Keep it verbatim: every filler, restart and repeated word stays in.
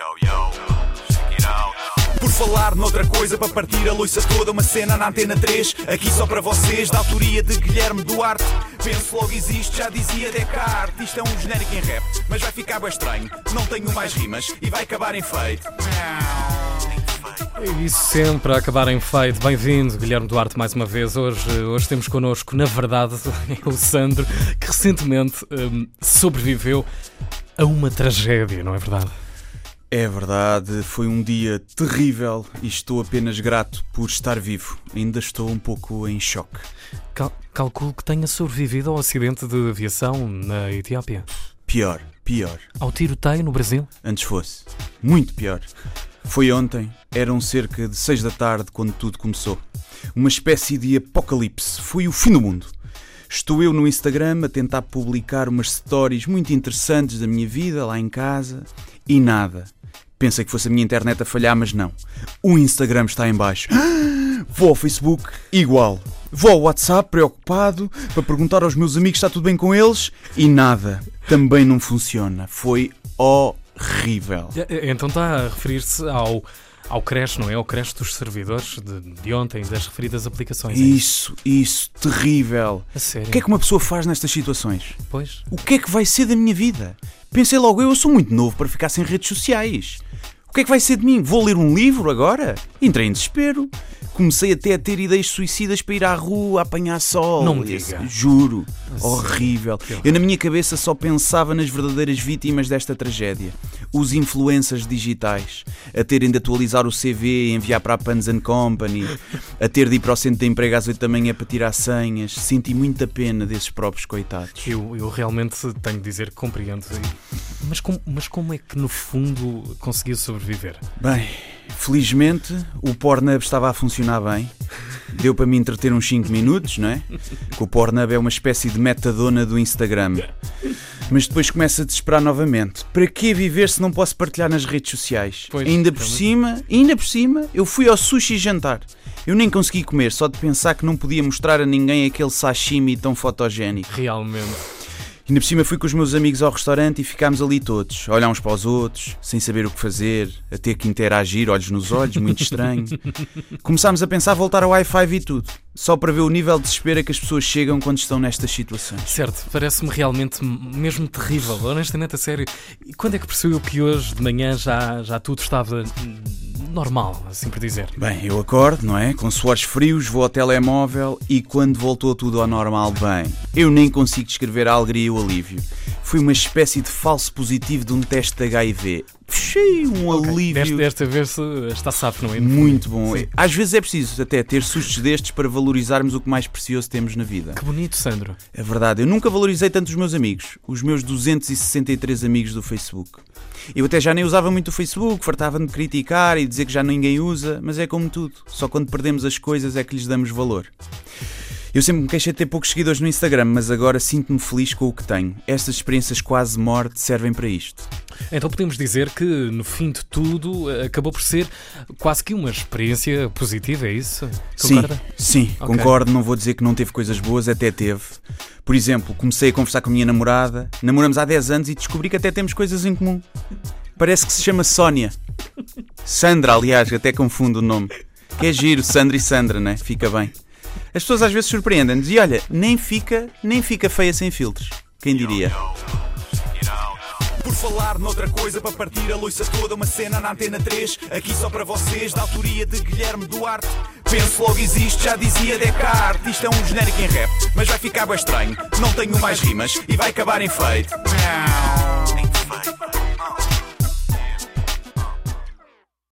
Por falar noutra coisa, para partir a loiça toda, uma cena na Antena três, aqui só para vocês, da autoria de Guilherme Duarte. Penso logo existe, já dizia Descartes. Isto é um genérico em rap, mas vai ficar bem estranho. Não tenho mais rimas e vai acabar em feito. E sempre a acabar em feito. Bem-vindo, Guilherme Duarte, mais uma vez. Hoje, hoje temos connosco, na verdade, o Sandro, que recentemente um, sobreviveu a uma tragédia, não é verdade? É verdade, foi um dia terrível e estou apenas grato por estar vivo. Ainda estou um pouco em choque. Cal- calculo que tenha sobrevivido ao acidente de aviação na Etiópia. Pior, pior. Ao tiroteio no Brasil. Antes fosse. Muito pior. Foi ontem, eram cerca de seis da tarde quando tudo começou. Uma espécie de apocalipse, foi o fim do mundo. Estou eu no Instagram a tentar publicar umas stories muito interessantes da minha vida lá em casa e nada. Pensei que fosse a minha internet a falhar, mas não. O Instagram está em baixo. Vou ao Facebook, igual. Vou ao WhatsApp, preocupado, para perguntar aos meus amigos se está tudo bem com eles e nada. Também não funciona. Foi horrível. Então está a referir-se ao... Ao crash, não é? Ao crash dos servidores de, de ontem, das referidas aplicações. Isso, isso, terrível. A sério? O que é que uma pessoa faz nestas situações? Pois. O que é que vai ser da minha vida? Pensei logo, eu sou muito novo para ficar sem redes sociais. O que é que vai ser de mim? Vou ler um livro agora? Entrei em desespero. Comecei até a ter ideias suicidas para ir à rua, a apanhar sol. Não me diga. Juro. Assim, horrível. Eu na minha cabeça só pensava nas verdadeiras vítimas desta tragédia. Os influencers digitais. A terem de atualizar o C V e enviar para a Pans and Company. A ter de ir para o centro de emprego às oito da manhã para tirar senhas. Senti muita pena desses próprios coitados. Eu, eu realmente tenho de dizer que compreendo. Mas como, mas como é que no fundo conseguiu sobreviver? Bem, felizmente o Pornhub estava a funcionar bem. Deu para me entreter uns cinco minutos, não é? Que o Pornhub é uma espécie de metadona do Instagram. Mas depois começa a desesperar novamente. Para que viver se não posso partilhar nas redes sociais? Pois, ainda por cima, ainda por cima, eu fui ao sushi jantar. Eu nem consegui comer, só de pensar que não podia mostrar a ninguém aquele sashimi tão fotogénico. Realmente. Ainda por cima fui com os meus amigos ao restaurante e ficámos ali todos, a olhar uns para os outros, sem saber o que fazer, a ter que interagir, olhos nos olhos, muito estranho. Começámos a pensar voltar ao Wi-Fi e tudo, só para ver o nível de desespero a que as pessoas chegam quando estão nestas situações. Certo, parece-me realmente mesmo terrível, honestamente, a sério. E quando é que percebeu que hoje de manhã já, já tudo estava normal, assim por dizer? Bem, eu acordo, não é? Com suores frios, vou ao telemóvel e quando voltou tudo ao normal, bem, eu nem consigo descrever a alegria e o alívio. Foi uma espécie de falso positivo de um teste de H I V. Puxei um okay. alívio. Desta, desta vez está safo, não é? Muito bom. Sim. Às vezes é preciso até ter sustos destes para valorizarmos o que mais precioso temos na vida. Que bonito, Sandro. É verdade, eu nunca valorizei tanto os meus amigos. Os meus duzentos e sessenta e três amigos do Facebook. Eu até já nem usava muito o Facebook, fartava-me de criticar e dizer que já ninguém usa, mas é como tudo. Só quando perdemos as coisas é que lhes damos valor. Eu sempre me queixei de ter poucos seguidores no Instagram, mas agora sinto-me feliz com o que tenho. Estas experiências quase morte servem para isto. Então podemos dizer que, no fim de tudo, acabou por ser quase que uma experiência positiva, é isso? Concorda? Sim, sim, okay. Concordo, não vou dizer que não teve coisas boas, até teve. Por exemplo, comecei a conversar com a minha namorada, namoramos há dez anos e descobri que até temos coisas em comum. Parece que se chama Sónia. Sandra, aliás, até confundo o nome. Que é giro, Sandra e Sandra, né? Fica bem. As pessoas às vezes surpreendem-nos e olha, nem fica, nem fica feia sem filtros. Quem diria? Por falar noutra coisa, para partir a loiça toda, uma cena na Antena três, aqui só para vocês, da autoria de Guilherme Duarte. Penso logo existe, já dizia Descartes. Isto é um genérico em rap, mas vai ficar bem estranho. Não tenho mais rimas e vai acabar em feito.